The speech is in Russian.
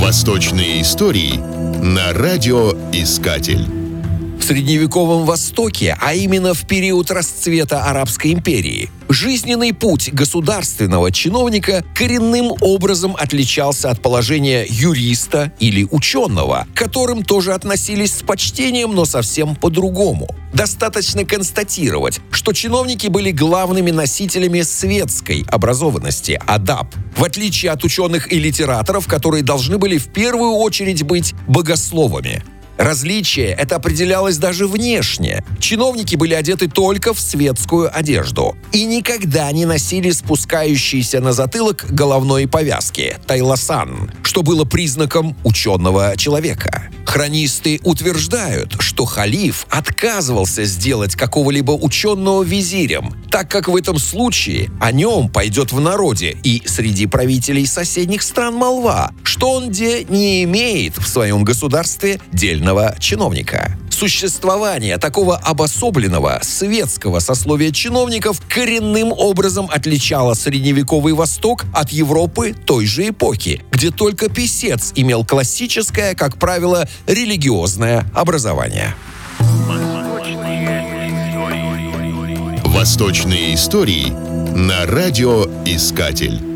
Восточные истории на радиоискатель. В средневековом Востоке, а именно в период расцвета Арабской империи, жизненный путь государственного чиновника коренным образом отличался от положения юриста или ученого, к которым тоже относились с почтением, но совсем по-другому. Достаточно констатировать, что чиновники были главными носителями светской образованности, адаб, в отличие от ученых и литераторов, которые должны были в первую очередь быть богословами. Различие это определялось даже внешне. Чиновники были одеты только в светскую одежду и никогда не носили спускающиеся на затылок головной повязки – тайласан, что было признаком ученого человека. Хронисты утверждают, что халиф отказывался сделать какого-либо ученого визирем, так как в этом случае о нем пойдет в народе и среди правителей соседних стран молва, что он не имеет в своем государстве дельного чиновника. Существование такого обособленного светского сословия чиновников коренным образом отличало средневековый Восток от Европы той же эпохи, где только писец имел классическое, как правило, религиозное образование. Восточные истории на радиоискатель.